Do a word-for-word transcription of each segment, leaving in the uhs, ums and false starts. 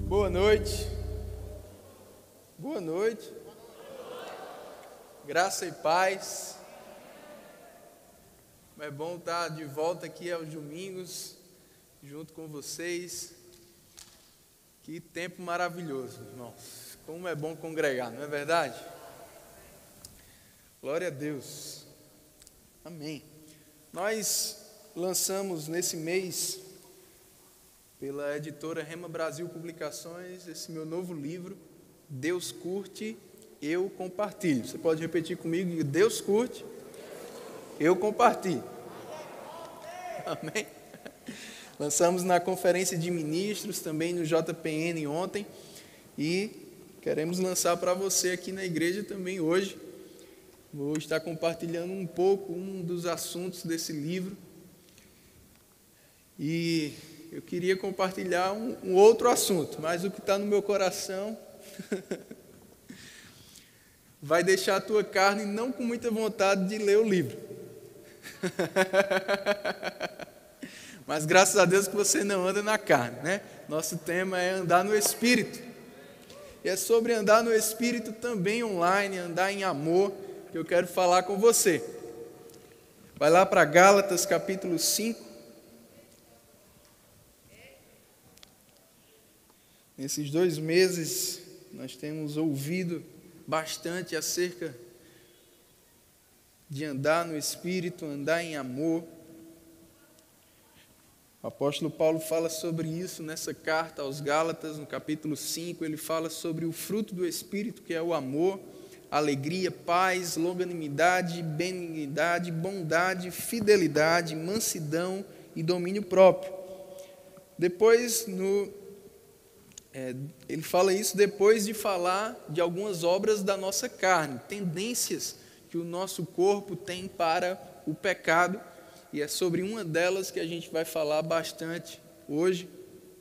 Boa noite. Boa noite. Graça e paz. É bom estar de volta aqui aos domingos, junto com vocês. Que tempo maravilhoso, irmãos. Como é bom congregar, não é verdade? Glória a Deus. Amém. Nós lançamos nesse mês, pela editora Rema Brasil Publicações, esse meu novo livro, Deus Curte, Eu Compartilho. Você pode repetir comigo? Deus curte, eu compartilho. Amém? Lançamos na Conferência de Ministros, também no J P N ontem, e queremos lançar para você aqui na igreja também hoje. Vou estar compartilhando um pouco, um dos assuntos desse livro. E eu queria compartilhar um, um outro assunto, mas o que está no meu coração vai deixar a tua carne não com muita vontade de ler o livro. Mas graças a Deus que você não anda na carne, né? Nosso tema é andar no Espírito. E é sobre andar no Espírito também online, andar em amor, que eu quero falar com você. Vai lá para Gálatas capítulo cinco. Nesses dois meses, nós temos ouvido bastante acerca de andar no Espírito, andar em amor. O apóstolo Paulo fala sobre isso nessa carta aos Gálatas, no capítulo cinco. Ele fala sobre o fruto do Espírito, que é o amor, alegria, paz, longanimidade, benignidade, bondade, fidelidade, mansidão e domínio próprio. Depois, no É, ele fala isso depois de falar de algumas obras da nossa carne, tendências que o nosso corpo tem para o pecado, e é sobre uma delas que a gente vai falar bastante hoje.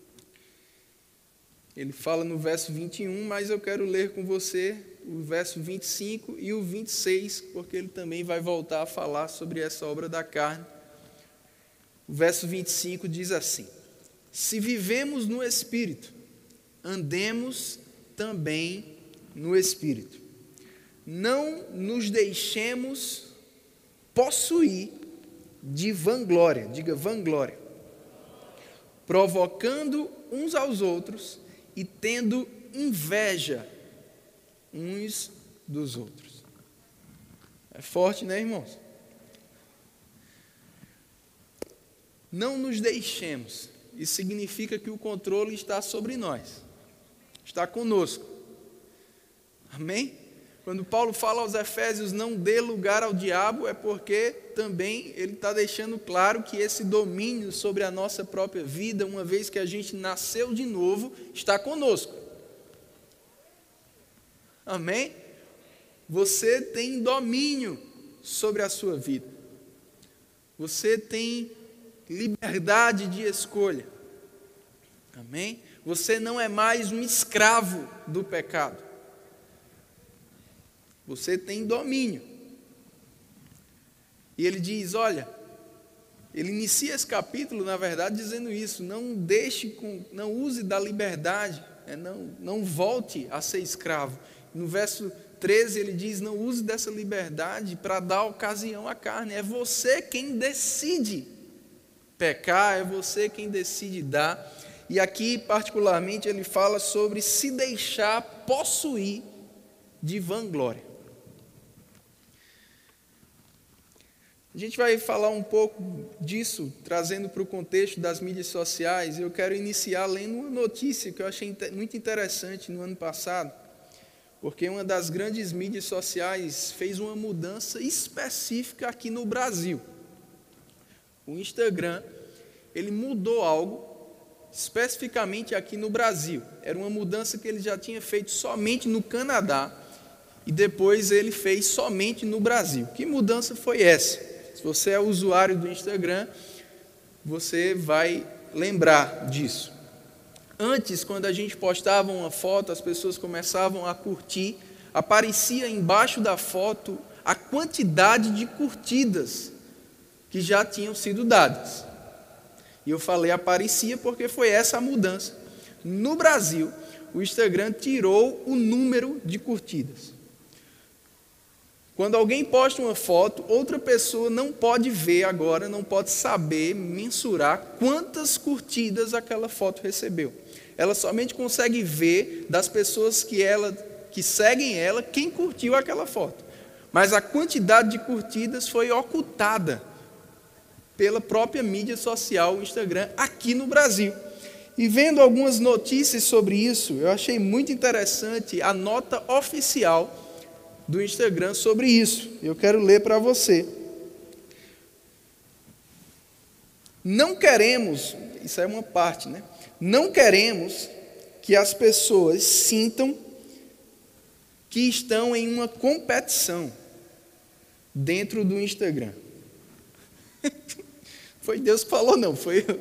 Ele fala no verso vinte e um, mas eu quero ler com você o verso vinte e cinco e o vinte e seis, porque ele também vai voltar a falar sobre essa obra da carne. O verso vinte e cinco diz assim: se vivemos no Espírito, andemos também no Espírito. Não nos deixemos possuir de vanglória, diga vanglória, provocando uns aos outros e tendo inveja uns dos outros. É forte, né, irmãos? Não nos deixemos. Isso significa que o controle está sobre nós. Está conosco. Amém? Quando Paulo fala aos Efésios, não dê lugar ao diabo, é porque também ele está deixando claro que esse domínio sobre a nossa própria vida, uma vez que a gente nasceu de novo, está conosco. Amém? Você tem domínio sobre a sua vida. Você tem liberdade de escolha. Amém? Você não é mais um escravo do pecado. Você tem domínio. E ele diz, olha, ele inicia esse capítulo, na verdade, dizendo isso: não deixe, com, não use da liberdade, né? não, não volte a ser escravo. No verso treze ele diz, não use dessa liberdade para dar ocasião à carne. É você quem decide pecar, é você quem decide dar. E aqui, particularmente, ele fala sobre se deixar possuir de vanglória. A gente vai falar um pouco disso, trazendo para o contexto das mídias sociais. Eu quero iniciar lendo uma notícia que eu achei muito interessante no ano passado, porque uma das grandes mídias sociais fez uma mudança específica aqui no Brasil. O Instagram, ele mudou algo especificamente aqui no Brasil. Era uma mudança que ele já tinha feito somente no Canadá e depois ele fez somente no Brasil. Que mudança foi essa? Se você é usuário do Instagram, você vai lembrar disso. Antes, quando a gente postava uma foto, as pessoas começavam a curtir, aparecia embaixo da foto a quantidade de curtidas que já tinham sido dadas. E eu falei aparecia porque foi essa a mudança. no Brasil, o Instagram tirou o número de curtidas. Quando alguém posta uma foto, outra pessoa não pode ver agora, não pode saber, mensurar quantas curtidas aquela foto recebeu. Ela somente consegue ver das pessoas que, ela, que seguem ela, quem curtiu aquela foto. Mas a quantidade de curtidas foi ocultada pela própria mídia social, o Instagram, aqui no Brasil. E vendo algumas notícias sobre isso, eu achei muito interessante a nota oficial do Instagram sobre isso. Eu quero ler para você. Não queremos, isso é uma parte, né? Não queremos que as pessoas sintam que estão em uma competição dentro do Instagram. Foi Deus que falou, não, foi eu.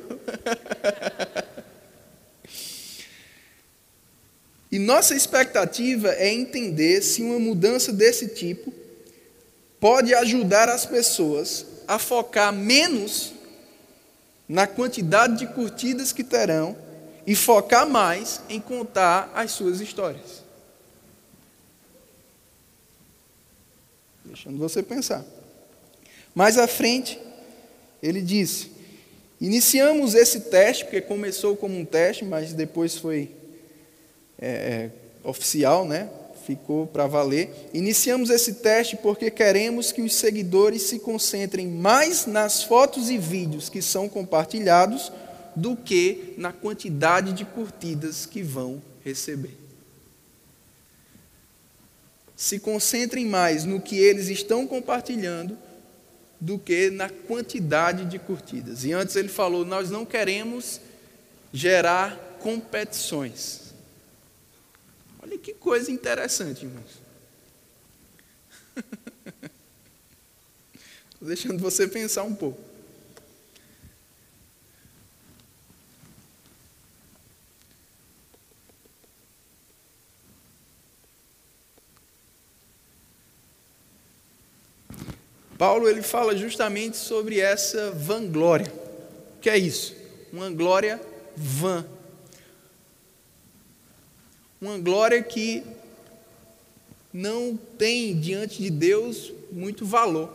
E nossa expectativa é entender se uma mudança desse tipo pode ajudar as pessoas a focar menos na quantidade de curtidas que terão e focar mais em contar as suas histórias. Deixando você pensar. Mais à frente, ele disse: iniciamos esse teste, porque começou como um teste, mas depois foi é, é, oficial, né? Ficou para valer. Iniciamos esse teste porque queremos que os seguidores se concentrem mais nas fotos e vídeos que são compartilhados do que na quantidade de curtidas que vão receber. Se concentrem mais no que eles estão compartilhando do que na quantidade de curtidas. E antes ele falou, nós não queremos gerar competições. Olha que coisa interessante, irmãos. Estou deixando você pensar um pouco. Paulo ele fala justamente sobre essa vanglória. O que é isso? Uma glória vã. Uma glória que não tem diante de Deus muito valor.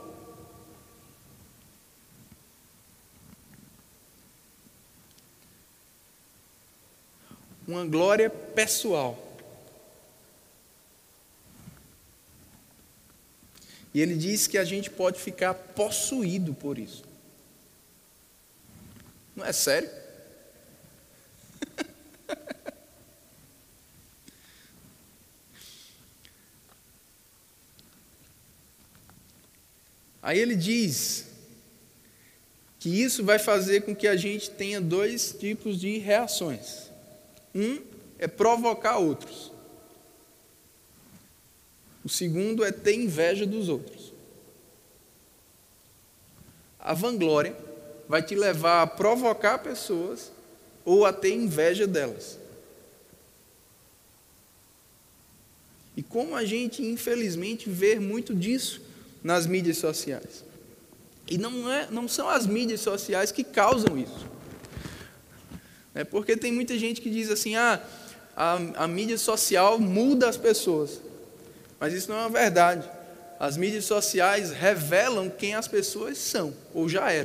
Uma glória pessoal. E ele diz que a gente pode ficar possuído por isso. Não é sério? Aí ele diz que isso vai fazer com que a gente tenha dois tipos de reações. Um é provocar outros. O segundo é ter inveja dos outros. A vanglória vai te levar a provocar pessoas ou a ter inveja delas. E como a gente, infelizmente, vê muito disso nas mídias sociais. E não, é, não são as mídias sociais que causam isso. É porque tem muita gente que diz assim, ah, a, a mídia social muda as pessoas. Mas isso não é uma verdade. As mídias sociais revelam quem as pessoas são, ou já eram.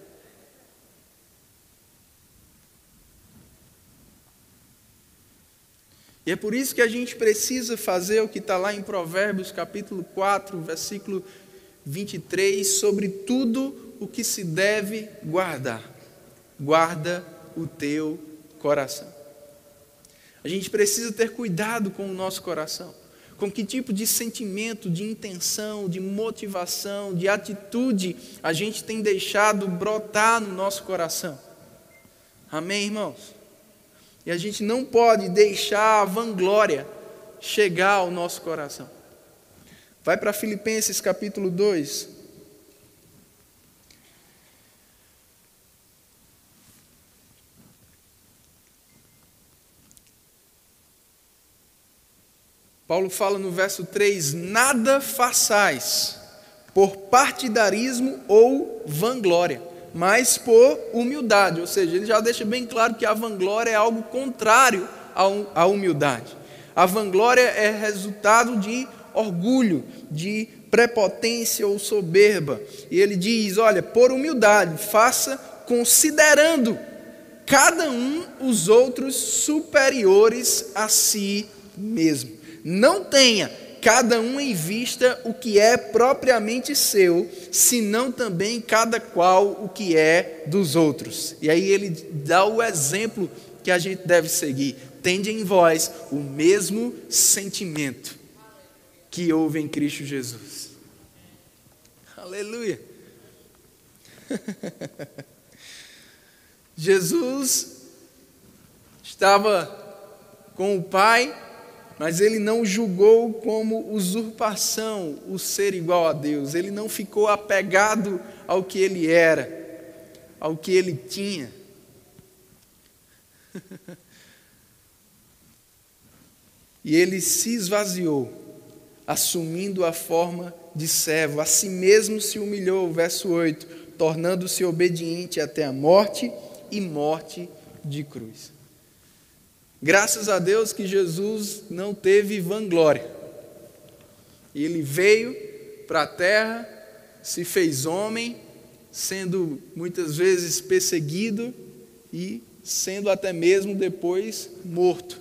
E é por isso que a gente precisa fazer o que está lá em Provérbios, capítulo quatro, versículo vinte e três, sobre tudo o que se deve guardar. Guarda o teu coração. A gente precisa ter cuidado com o nosso coração. Com que tipo de sentimento, de intenção, de motivação, de atitude a gente tem deixado brotar no nosso coração. Amém, irmãos? E a gente não pode deixar a vanglória chegar ao nosso coração. Vai para Filipenses capítulo dois. Paulo fala no verso três, nada façais por partidarismo ou vanglória. mas por humildade. Ou seja, ele já deixa bem claro que a vanglória é algo contrário à humildade. A vanglória é resultado de orgulho, de prepotência ou soberba. E ele diz, olha, por humildade, faça considerando cada um os outros superiores a si mesmo. Não tenha cada um em vista o que é propriamente seu, senão também cada qual o que é dos outros. E aí ele dá o exemplo que a gente deve seguir. Tende em vós o mesmo sentimento que houve em Cristo Jesus. Aleluia. Jesus estava com o Pai, mas ele não julgou como usurpação o ser igual a Deus. Ele não ficou apegado ao que ele era, ao que ele tinha. E ele se esvaziou, assumindo a forma de servo. A si mesmo se humilhou, verso oito, tornando-se obediente até a morte e morte de cruz. Graças a Deus que Jesus não teve vanglória. Ele veio para a terra, se fez homem, sendo muitas vezes perseguido e sendo até mesmo depois morto.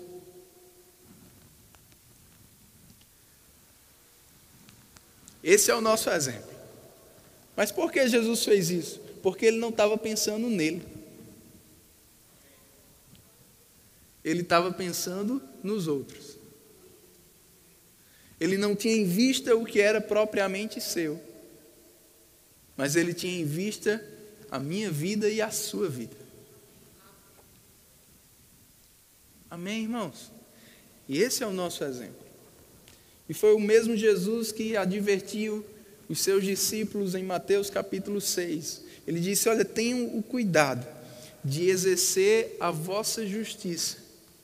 Esse é o nosso exemplo. Mas por que Jesus fez isso? Porque ele não estava pensando nele. Ele estava pensando nos outros. Ele não tinha em vista o que era propriamente seu, mas ele tinha em vista a minha vida e a sua vida. Amém, irmãos? E esse é o nosso exemplo. E foi o mesmo Jesus que advertiu os seus discípulos em Mateus capítulo seis. Ele disse, olha, tenham o cuidado de exercer a vossa justiça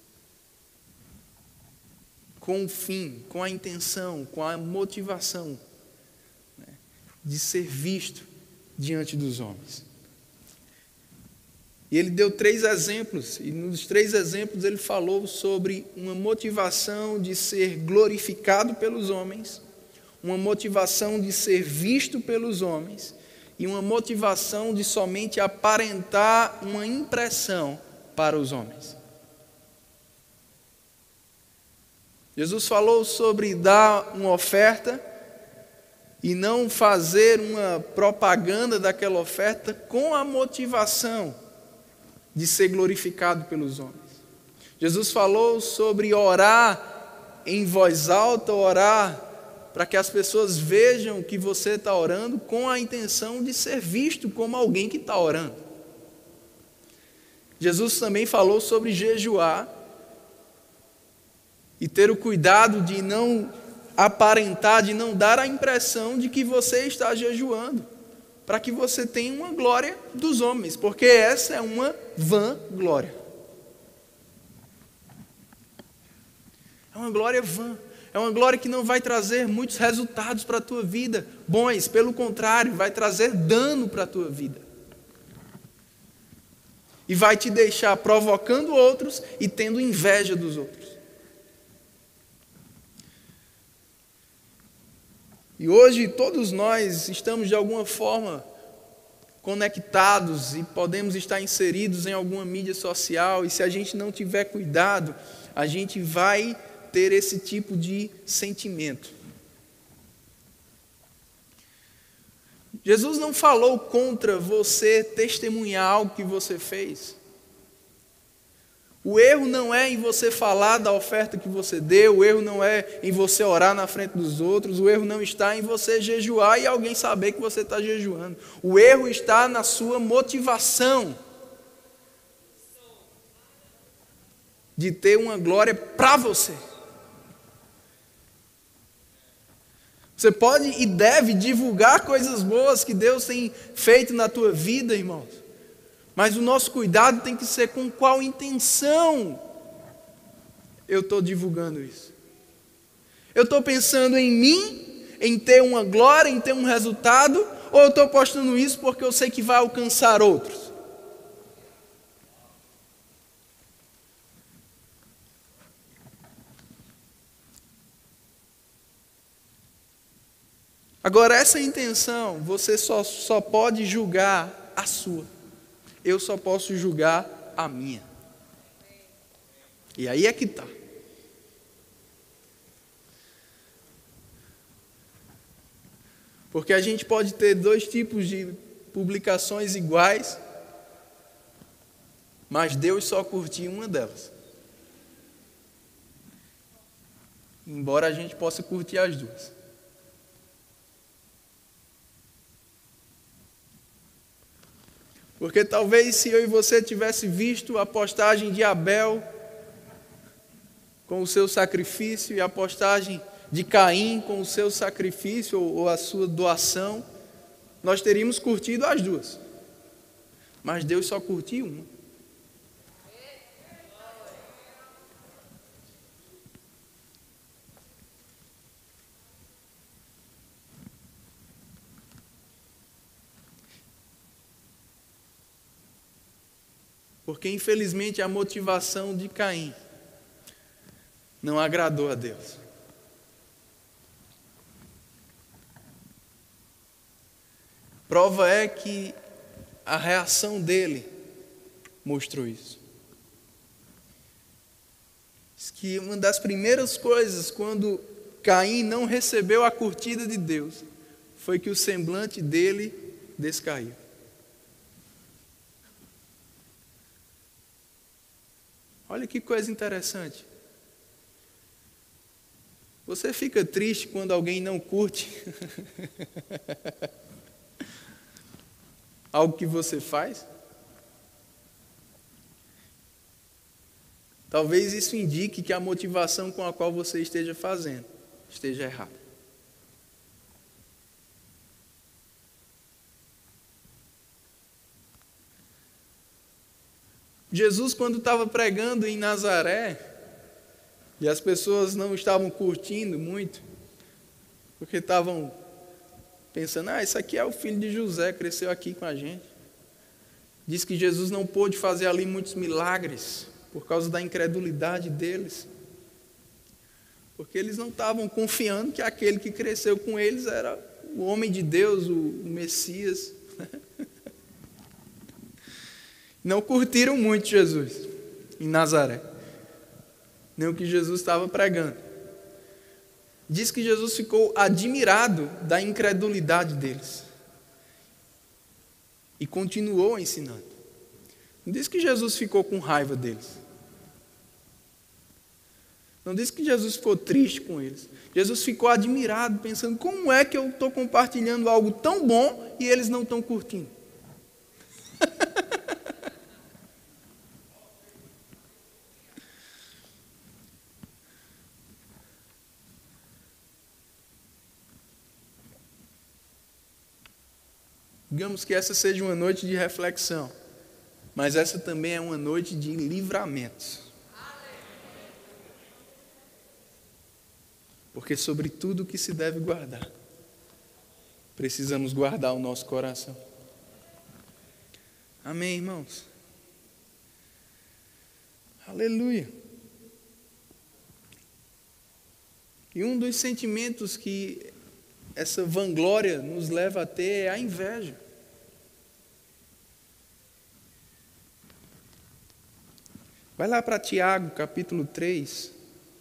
com o fim, com a intenção, com a motivação, né, de ser visto diante dos homens. E ele deu três exemplos, e nos três exemplos ele falou sobre uma motivação de ser glorificado pelos homens, uma motivação de ser visto pelos homens, e uma motivação de somente aparentar uma impressão para os homens. Jesus falou sobre dar uma oferta e não fazer uma propaganda daquela oferta com a motivação de ser glorificado pelos homens. Jesus falou sobre orar em voz alta, orar para que as pessoas vejam que você está orando com a intenção de ser visto como alguém que está orando. Jesus também falou sobre jejuar e ter o cuidado de não aparentar, de não dar a impressão de que você está jejuando, para que você tenha uma glória dos homens, porque essa é uma vã glória. É uma glória vã, é uma glória que não vai trazer muitos resultados para a tua vida, bons, pelo contrário, vai trazer dano para a tua vida. E vai te deixar provocando outros e tendo inveja dos outros. E hoje todos nós estamos de alguma forma conectados e podemos estar inseridos em alguma mídia social, e se a gente não tiver cuidado, a gente vai ter esse tipo de sentimento. Jesus não falou contra você testemunhar algo que você fez. O erro não é em você falar da oferta que você deu, o erro não é em você orar na frente dos outros, o erro não está em você jejuar e alguém saber que você está jejuando. O erro está na sua motivação de ter uma glória para você. Você pode e deve divulgar coisas boas que Deus tem feito na tua vida, irmãos. Mas o nosso cuidado tem que ser com qual intenção eu estou divulgando isso. Eu estou pensando em mim, em ter uma glória, em ter um resultado, ou eu estou postando isso porque eu sei que vai alcançar outros? Agora, essa intenção, você só, só pode julgar a sua. Eu só posso julgar a minha. E aí é que está. Porque a gente pode ter dois tipos de publicações iguais, mas Deus só curtiu uma delas. Embora a gente possa curtir as duas. Porque talvez se eu e você tivesse visto a postagem de Abel com o seu sacrifício e a postagem de Caim com o seu sacrifício ou a sua doação, nós teríamos curtido as duas. Mas Deus só curtiu uma. Porque infelizmente a motivação de Caim não agradou a Deus. Prova é que a reação dele mostrou isso. Diz que uma das primeiras coisas quando Caim não recebeu a curtida de Deus foi que o semblante dele descaiu. Olha que coisa interessante. Você fica triste quando alguém não curte algo que você faz? Talvez isso indique que a motivação com a qual você esteja fazendo esteja errada. Jesus, quando estava pregando em Nazaré, e as pessoas não estavam curtindo muito, porque estavam pensando, ah, isso aqui é o filho de José, cresceu aqui com a gente. Diz que Jesus não pôde fazer ali muitos milagres, por causa da incredulidade deles. Porque eles não estavam confiando que aquele que cresceu com eles era o homem de Deus, o Messias. Não curtiram muito Jesus em Nazaré, nem o que Jesus estava pregando. Diz que Jesus ficou admirado da incredulidade deles e continuou ensinando. Não diz que Jesus ficou com raiva deles. Não diz que Jesus ficou triste com eles. Jesus ficou admirado, pensando, como é que eu estou compartilhando algo tão bom e eles não estão curtindo? Digamos que essa seja uma noite de reflexão, mas essa também é uma noite de livramentos. Porque sobre tudo que se deve guardar, precisamos guardar o nosso coração. Amém, irmãos? Aleluia. E um dos sentimentos que essa vanglória nos leva a ter é a inveja. Vai lá para Tiago, capítulo três.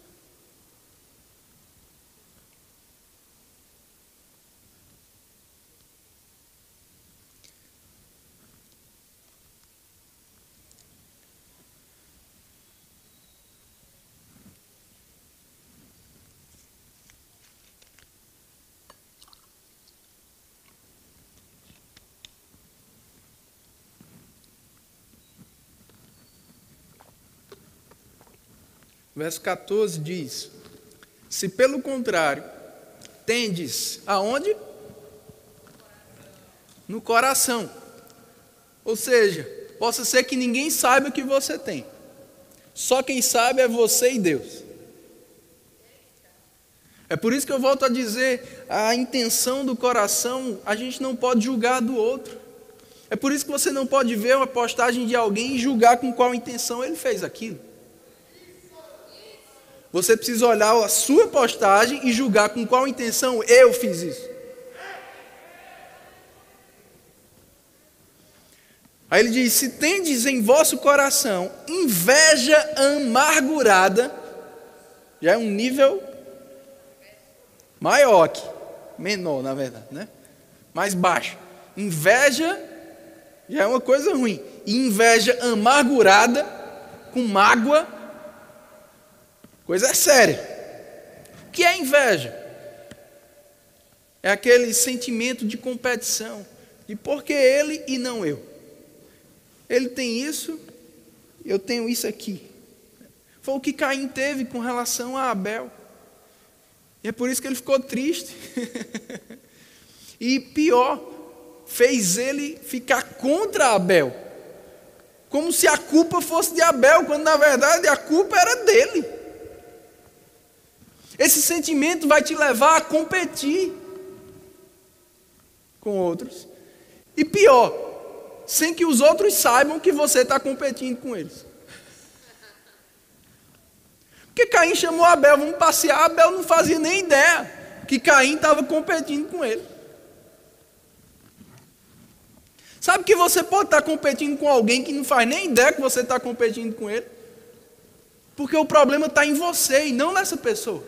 Verso quatorze diz, se pelo contrário, tendes aonde? No coração. Ou seja, possa ser que ninguém saiba o que você tem. Só quem sabe é você e Deus. É por isso que eu volto a dizer, a intenção do coração, a gente não pode julgar do outro. É por isso que você não pode ver uma postagem de alguém e julgar com qual intenção ele fez aquilo. Você precisa olhar a sua postagem e julgar com qual intenção eu fiz isso. Aí ele diz, se tendes em vosso coração inveja amargurada, já é um nível maior aqui, menor na verdade, né? Mais baixo. Inveja já é uma coisa ruim. E inveja amargurada, com mágoa, coisa séria. O que é inveja? É aquele sentimento de competição, de por que ele e não eu. Ele tem isso, eu tenho isso aqui. Foi o que Caim teve com relação a Abel. E é por isso que ele ficou triste. E pior, fez ele ficar contra Abel. Como se a culpa fosse de Abel, quando na verdade a culpa era dele. Esse sentimento vai te levar a competir com outros. E pior, sem que os outros saibam que você está competindo com eles. Porque Caim chamou Abel, vamos passear, Abel não fazia nem ideia que Caim estava competindo com ele. Sabe que você pode estar competindo com alguém que não faz nem ideia que você está competindo com ele? Porque o problema está em você e não nessa pessoa.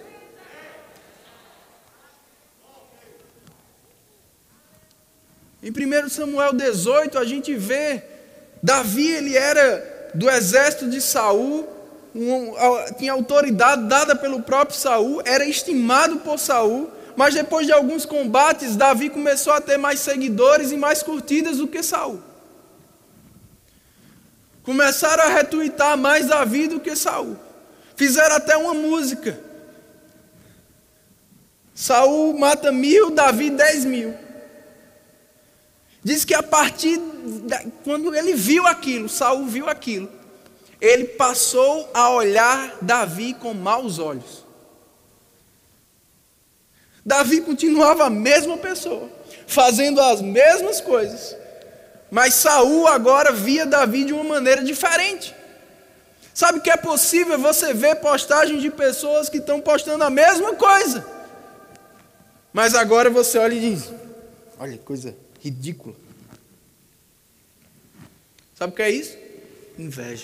Em primeiro Samuel dezoito, a gente vê, Davi, ele era do exército de Saul, um, tinha autoridade dada pelo próprio Saul, era estimado por Saul, mas depois de alguns combates, Davi começou a ter mais seguidores e mais curtidas do que Saul. Começaram a retuitar mais Davi do que Saul. Fizeram até uma música. Saul mata mil, Davi dez mil. Diz que a partir, da, quando ele viu aquilo, Saul viu aquilo, ele passou a olhar Davi com maus olhos. Davi continuava a mesma pessoa, fazendo as mesmas coisas, mas Saul agora via Davi de uma maneira diferente. Sabe que é possível você ver postagens de pessoas que estão postando a mesma coisa, mas agora você olha e diz, olha que coisa ridícula. Sabe o que é isso? Inveja.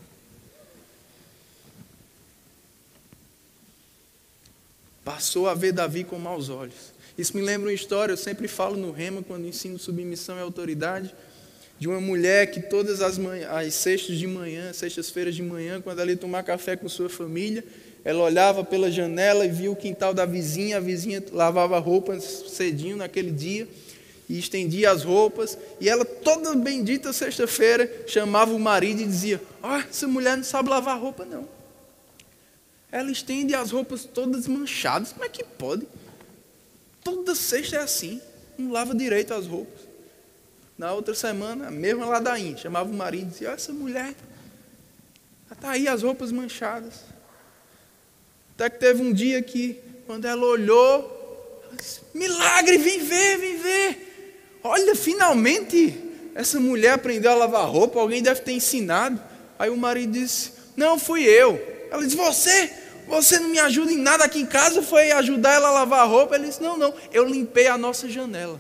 Passou a ver Davi com maus olhos. Isso me lembra uma história, eu sempre falo no Rema, quando ensino submissão e autoridade, de uma mulher que todas as, manhã, as sextas de manhã, sextas-feiras de manhã, quando ela ia tomar café com sua família, ela olhava pela janela e via o quintal da vizinha, a vizinha lavava roupas cedinho naquele dia, e estendia as roupas, e ela toda bendita sexta-feira chamava o marido e dizia, ó, oh, essa mulher não sabe lavar roupa não. Ela estende as roupas todas manchadas, como é que pode? Toda sexta é assim, não lava direito as roupas. Na outra semana, a mesma ladainha, chamava o marido e dizia, ó, oh, essa mulher, está aí as roupas manchadas. Até que teve um dia que, quando ela olhou, ela disse, milagre, vem ver, vem ver. Olha, finalmente essa mulher aprendeu a lavar roupa, alguém deve ter ensinado. Aí o marido disse, não, fui eu. Ela disse, você? Você não me ajuda em nada aqui em casa, foi ajudar ela a lavar a roupa? Ele disse, não, não, eu limpei a nossa janela.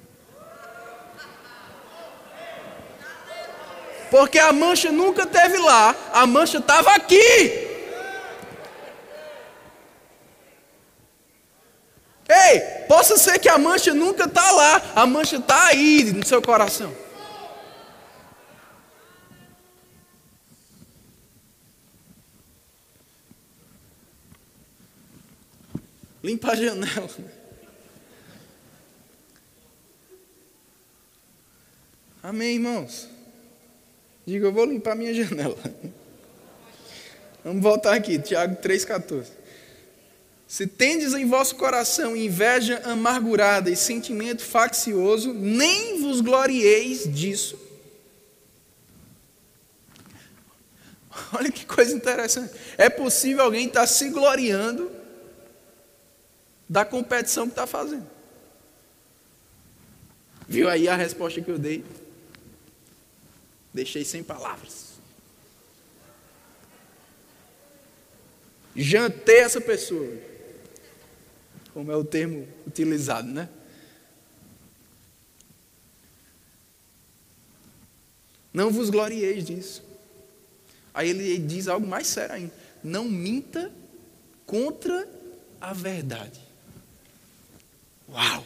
Porque a mancha nunca esteve lá, a mancha estava aqui. Ei, possa ser que a mancha nunca está lá, a mancha está aí no seu coração. Limpa a janela. Amém, irmãos? Diga, eu vou limpar minha janela. Vamos voltar aqui, Tiago três, quatorze. Se tendes em vosso coração inveja amargurada e sentimento faccioso, nem vos glorieis disso. Olha que coisa interessante. É possível alguém estar se gloriando da competição que está fazendo. Viu aí a resposta que eu dei? Deixei sem palavras. Jantei essa pessoa, como é o termo utilizado, né? Não vos glorieis disso. Aí ele diz algo mais sério ainda. Não minta contra a verdade. Uau!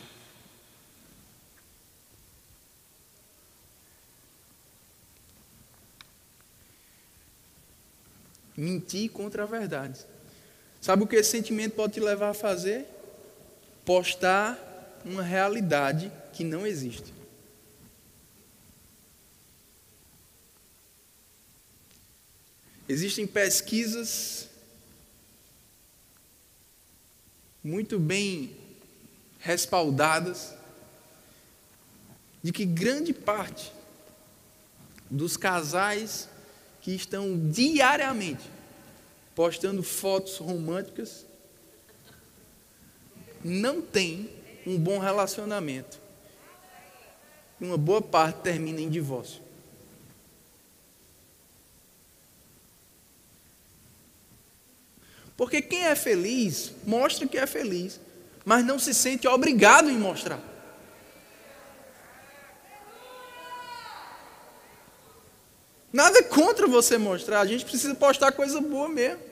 Mentir contra a verdade. Sabe o que esse sentimento pode te levar a fazer? Postar uma realidade que não existe. Existem pesquisas muito bem respaldadas de que grande parte dos casais que estão diariamente postando fotos românticas não tem um bom relacionamento. Uma boa parte termina em divórcio. Porque quem é feliz, mostra que é feliz, mas não se sente obrigado em mostrar. Nada contra você mostrar, a gente precisa postar coisa boa mesmo.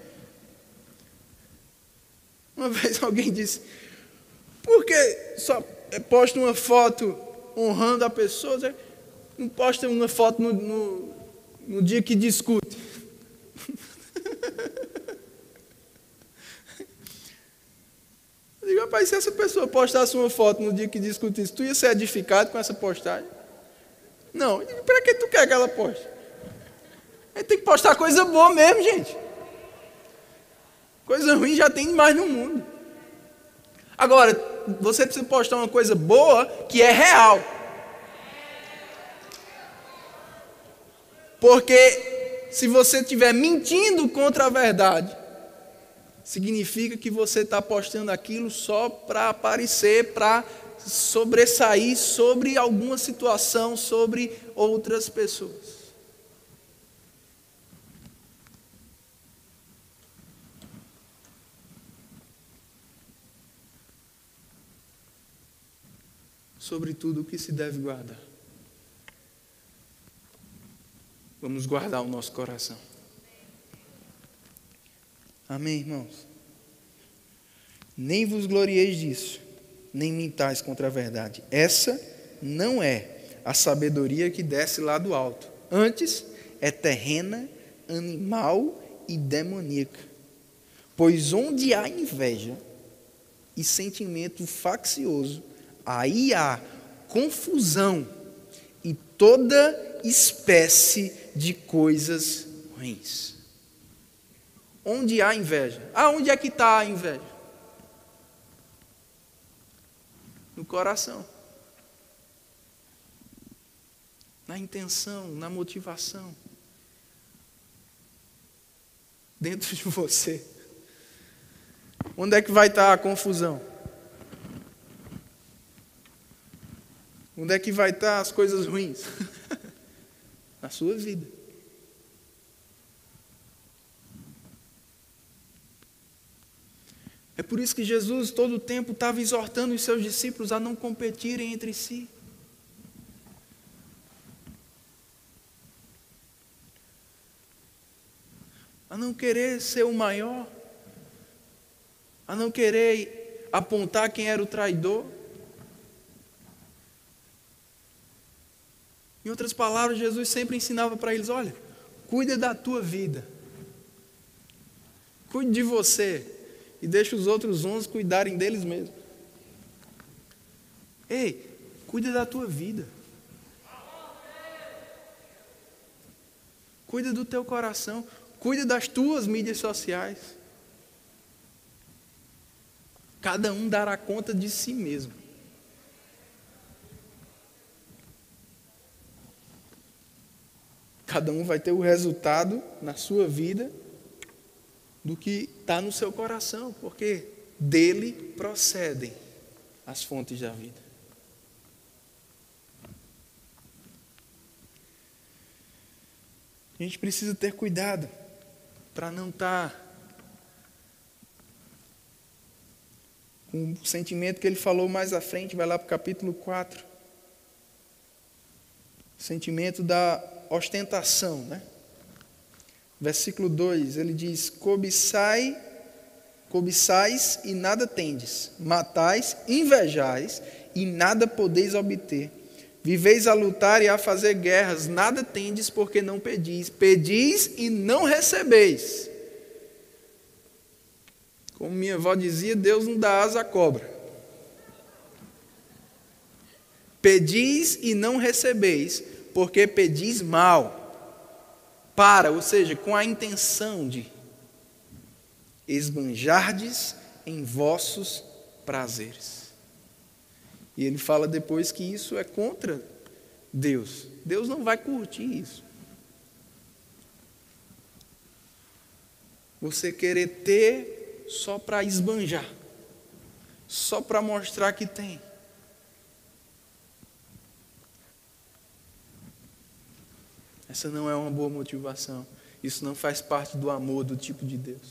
Uma vez alguém disse, por que só posta uma foto honrando a pessoa, não posta uma foto no, no, no dia que discute? Eu digo, rapaz, se essa pessoa postasse uma foto no dia que discutisse, tu ia ser edificado com essa postagem? Não, para que tu quer que ela poste? A gente tem que postar coisa boa mesmo, gente. Coisa ruim já tem demais no mundo. Agora, você precisa postar uma coisa boa que é real. Porque se você estiver mentindo contra a verdade, significa que você está postando aquilo só para aparecer, para sobressair sobre alguma situação, sobre outras pessoas. Sobre tudo o que se deve guardar. Vamos guardar o nosso coração. Amém, irmãos? Nem vos glorieis disso, nem mintais contra a verdade. Essa não é a sabedoria que desce lá do alto. Antes, é terrena, animal e demoníaca. Pois onde há inveja e sentimento faccioso, aí há confusão e toda espécie de coisas ruins. Onde há inveja? Ah, onde é que está a inveja? No coração. Na intenção, na motivação. Dentro de você. Onde é que vai estar a confusão? Onde é que vai estar as coisas ruins? Na sua vida. É por isso que Jesus todo o tempo estava exortando os seus discípulos a não competirem entre si. A não querer ser o maior. A não querer apontar quem era o traidor. Em outras palavras, Jesus sempre ensinava para eles, olha, cuida da tua vida. Cuide de você. E deixa os outros onze cuidarem deles mesmos. Ei, cuida da tua vida. Cuida do teu coração. Cuida das tuas mídias sociais. Cada um dará conta de si mesmo. Cada um vai ter o resultado na sua vida do que está no seu coração. Porque dele procedem as fontes da vida. A gente precisa ter cuidado para não estar com o sentimento que ele falou mais à frente, vai lá para o capítulo quatro. O sentimento da ostentação, né? Versículo dois, ele diz: Cobiçai, cobiçais e nada tendes, matais, invejais e nada podeis obter. Viveis a lutar e a fazer guerras, nada tendes porque não pedis. Pedis e não recebeis. Como minha avó dizia, Deus não dá asa à cobra. Pedis e não recebeis, porque pedis mal. Para, ou seja, com a intenção de esbanjardes em vossos prazeres. E ele fala depois que isso é contra Deus. Deus não vai curtir isso. Você querer ter só para esbanjar, só para mostrar que tem. Essa não é uma boa motivação. Isso não faz parte do amor do tipo de Deus.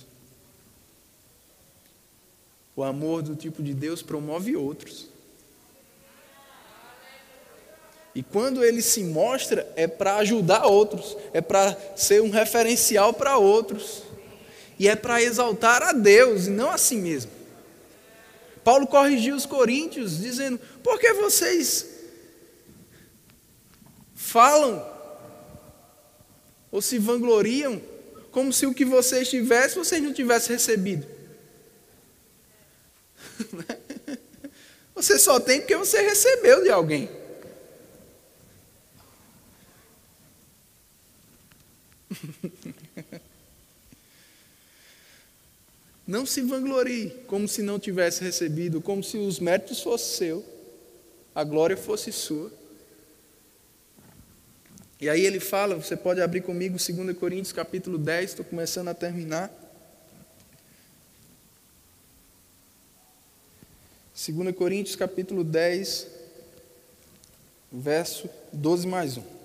O amor do tipo de Deus promove outros. E quando ele se mostra, é para ajudar outros, é para ser um referencial para outros. E é para exaltar a Deus e não a si mesmo. Paulo corrigiu os coríntios dizendo: por que vocês falam ou se vangloriam como se o que vocês tivessem, vocês não tivessem recebido? Você só tem porque você recebeu de alguém. Não se vanglorie como se não tivesse recebido, como se os méritos fossem seus, a glória fosse sua. E aí ele fala, você pode abrir comigo dois Coríntios capítulo dez, estou começando a terminar. dois Coríntios capítulo dez, verso doze mais um.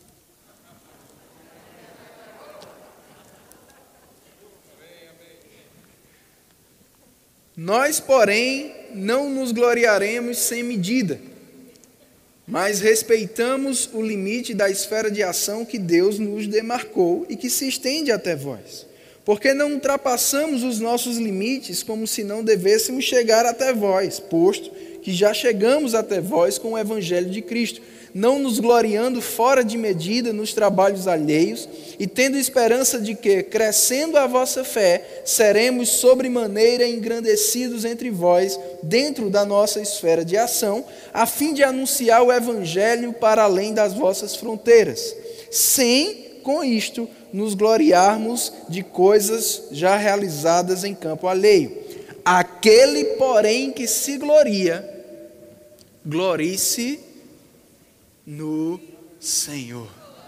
Nós, porém, não nos gloriaremos sem medida, mas respeitamos o limite da esfera de ação que Deus nos demarcou e que se estende até vós. Porque não ultrapassamos os nossos limites como se não devêssemos chegar até vós, posto que já chegamos até vós com o Evangelho de Cristo, não nos gloriando fora de medida nos trabalhos alheios, e tendo esperança de que, crescendo a vossa fé, seremos sobremaneira engrandecidos entre vós, dentro da nossa esfera de ação, a fim de anunciar o Evangelho para além das vossas fronteiras, sem, com isto, nos gloriarmos de coisas já realizadas em campo alheio. Aquele, porém, que se gloria, glorie-se no Senhor.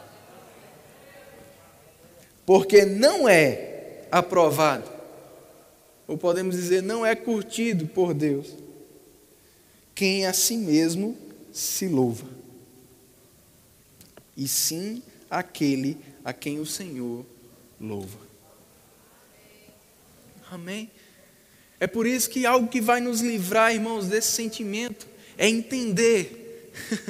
Porque não é aprovado, ou podemos dizer, não é curtido por Deus, quem a si mesmo se louva, e sim aquele a quem o Senhor louva. Amém? É por isso que algo que vai nos livrar, irmãos, desse sentimento, é entender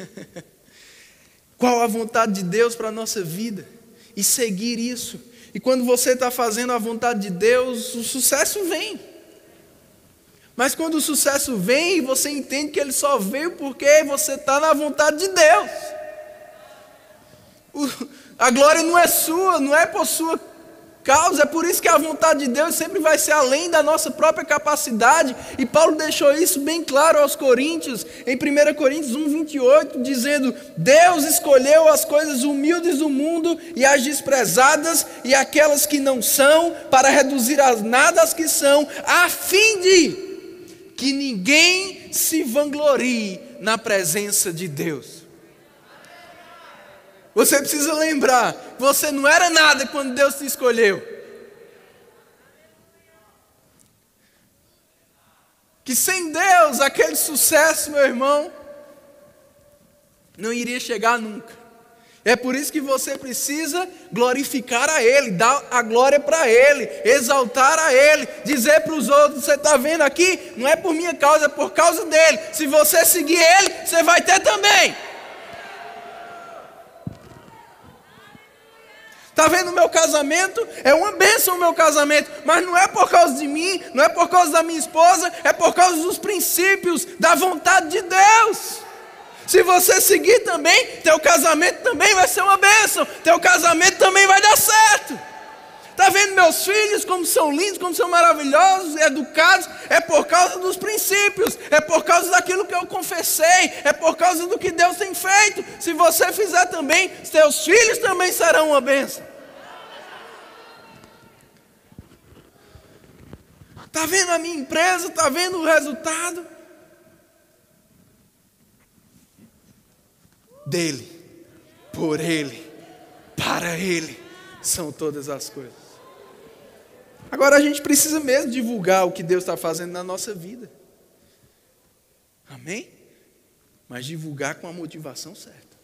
qual a vontade de Deus para a nossa vida e seguir isso. E quando você está fazendo a vontade de Deus, o sucesso vem. Mas quando o sucesso vem, você entende que ele só veio porque você está na vontade de Deus. O, a glória não é sua, não é por sua causa, é por isso que a vontade de Deus sempre vai ser além da nossa própria capacidade, e Paulo deixou isso bem claro aos Coríntios, em primeira Coríntios um, vinte e oito, dizendo: Deus escolheu as coisas humildes do mundo e as desprezadas e aquelas que não são, para reduzir a nada as que são, a fim de que ninguém se vanglorie na presença de Deus. Você precisa lembrar, você não era nada quando Deus te escolheu. E sem Deus, aquele sucesso, meu irmão, não iria chegar nunca. É por isso que você precisa glorificar a Ele, dar a glória para Ele, exaltar a Ele, dizer para os outros: você está vendo aqui? Não é por minha causa, é por causa dEle. Se você seguir Ele, você vai ter também. Está vendo o meu casamento? É uma bênção o meu casamento, mas não é por causa de mim, não é por causa da minha esposa, é por causa dos princípios, da vontade de Deus. Se você seguir também, teu casamento também vai ser uma bênção, teu casamento também vai dar certo. Está vendo meus filhos como são lindos, como são maravilhosos, educados? É por causa dos princípios, é por causa daquilo que eu confessei, é por causa do que Deus tem feito. Se você fizer também, seus filhos também serão uma bênção. Está vendo a minha empresa? Está vendo o resultado? Dele, por Ele, para Ele, são todas as coisas. Agora a gente precisa mesmo divulgar o que Deus está fazendo na nossa vida. Amém? Mas divulgar com a motivação certa.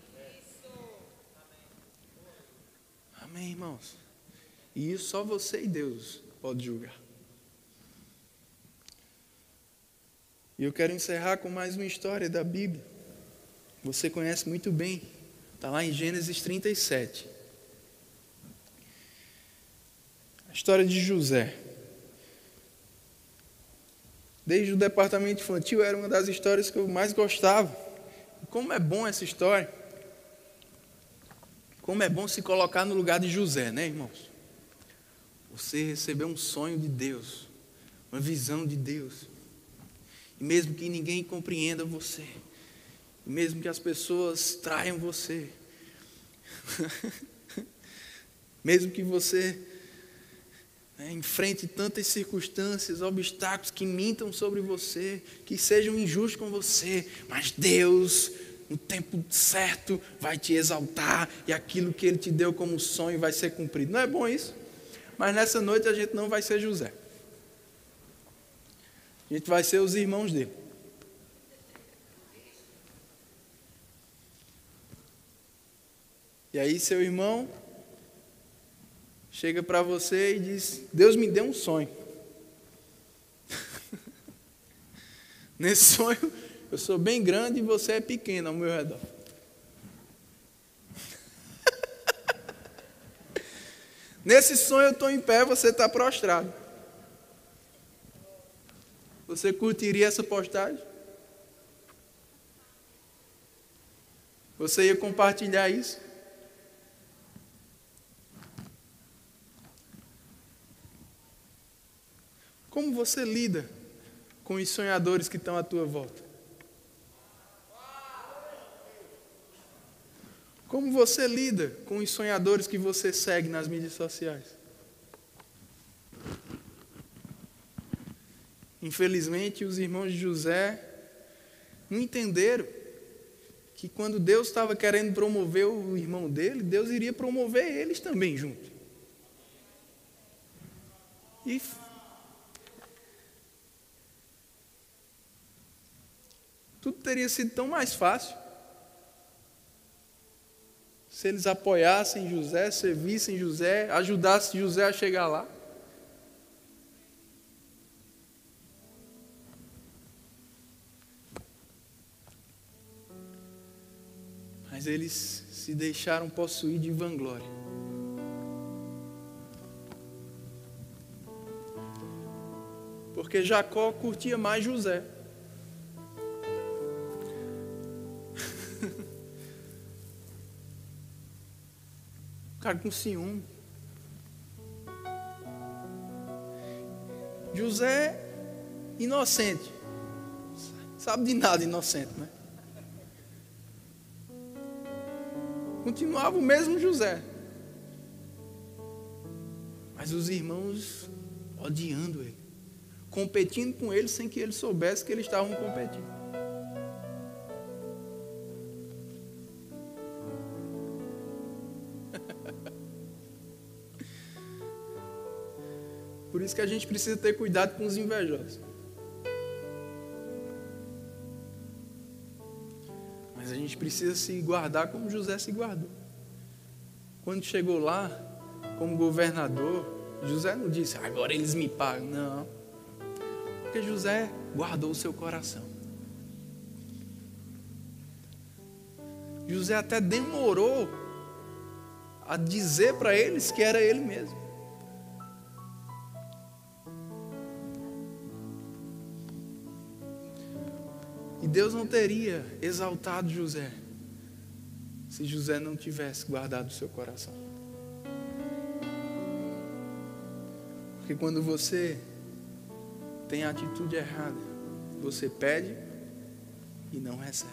Amém, irmãos? E isso só você e Deus pode julgar. E eu quero encerrar com mais uma história da Bíblia. Você conhece muito bem. Está lá em Gênesis trinta e sete. A história de José. Desde o departamento infantil era uma das histórias que eu mais gostava. Como é bom essa história. Como é bom se colocar no lugar de José, né, irmãos? Você recebeu um sonho de Deus, uma visão de Deus. E mesmo que ninguém compreenda você, mesmo que as pessoas traiam você, mesmo que você né, enfrente tantas circunstâncias, obstáculos que mintam sobre você, que sejam injustos com você, mas Deus, no tempo certo, vai te exaltar e aquilo que Ele te deu como sonho vai ser cumprido. Não é bom isso? Mas nessa noite a gente não vai ser José. A gente vai ser os irmãos dele. E aí seu irmão chega para você e diz: Deus me deu um sonho. Nesse sonho eu sou bem grande e você é pequeno ao meu redor. Nesse sonho eu estou em pé, você está prostrado. Você curtiria essa postagem? Você ia compartilhar isso? Como você lida com os sonhadores que estão à tua volta? Como você lida com os sonhadores que você segue nas mídias sociais? Infelizmente, os irmãos de José não entenderam que quando Deus estava querendo promover o irmão dele, Deus iria promover eles também junto. E tudo teria sido tão mais fácil se eles apoiassem José, servissem José, ajudassem José a chegar lá. Mas eles se deixaram possuir de vanglória. Porque Jacó curtia mais José. O cara com ciúme. José, inocente. Sabe de nada, inocente, né? Continuava o mesmo José. Mas os irmãos odiando ele. Competindo com ele sem que ele soubesse que eles estavam competindo. Por isso que a gente precisa ter cuidado com os invejosos. Mas a gente precisa se guardar como José se guardou. Quando chegou lá, como governador, José não disse, agora eles me pagam. Não. Porque José guardou o seu coração. José até demorou a dizer para eles que era ele mesmo. E Deus não teria exaltado José se José não tivesse guardado o seu coração. Porque quando você tem a atitude errada, você pede e não recebe.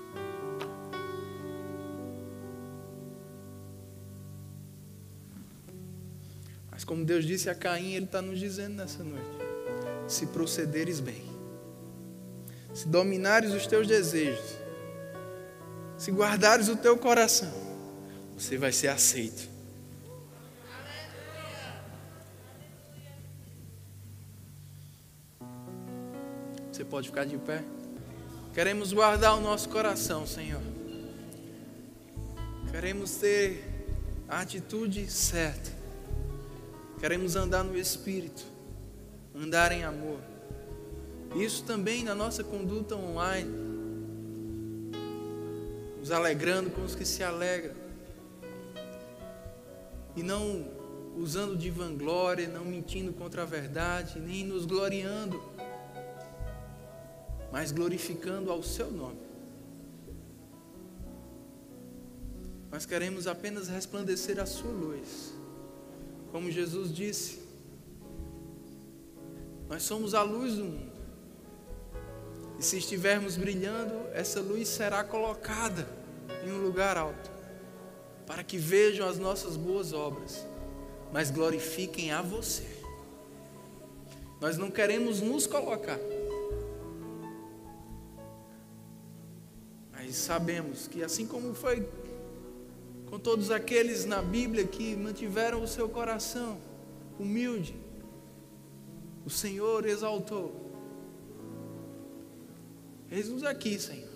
Mas como Deus disse a Caim, Ele está nos dizendo nessa noite: se procederes bem, se dominares os teus desejos, se guardares o teu coração, você vai ser aceito. Você pode ficar de pé? Queremos guardar o nosso coração, Senhor. Queremos ter a atitude certa. Queremos andar no Espírito, andar em amor. Isso também na nossa conduta online, nos alegrando com os que se alegram, e não usando de vanglória, não mentindo contra a verdade, nem nos gloriando, mas glorificando ao seu nome. Nós queremos apenas resplandecer a sua luz. Como Jesus disse, nós somos a luz do mundo. E se estivermos brilhando, essa luz será colocada em um lugar alto, para que vejam as nossas boas obras, mas glorifiquem a você. Nós não queremos nos colocar, mas sabemos que assim como foi com todos aqueles na Bíblia que mantiveram o seu coração humilde, o Senhor exaltou. Eis-nos aqui, Senhor.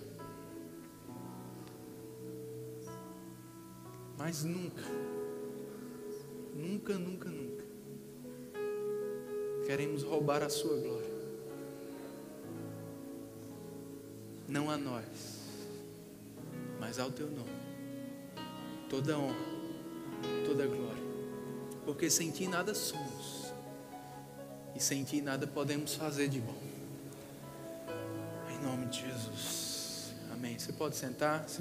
Mas nunca, nunca, nunca, nunca queremos roubar a sua glória. Não a nós, mas ao teu nome. Toda honra, toda glória. Porque sem ti nada somos, e sem ti nada podemos fazer de bom. Em nome de Jesus. Amém. Você pode sentar.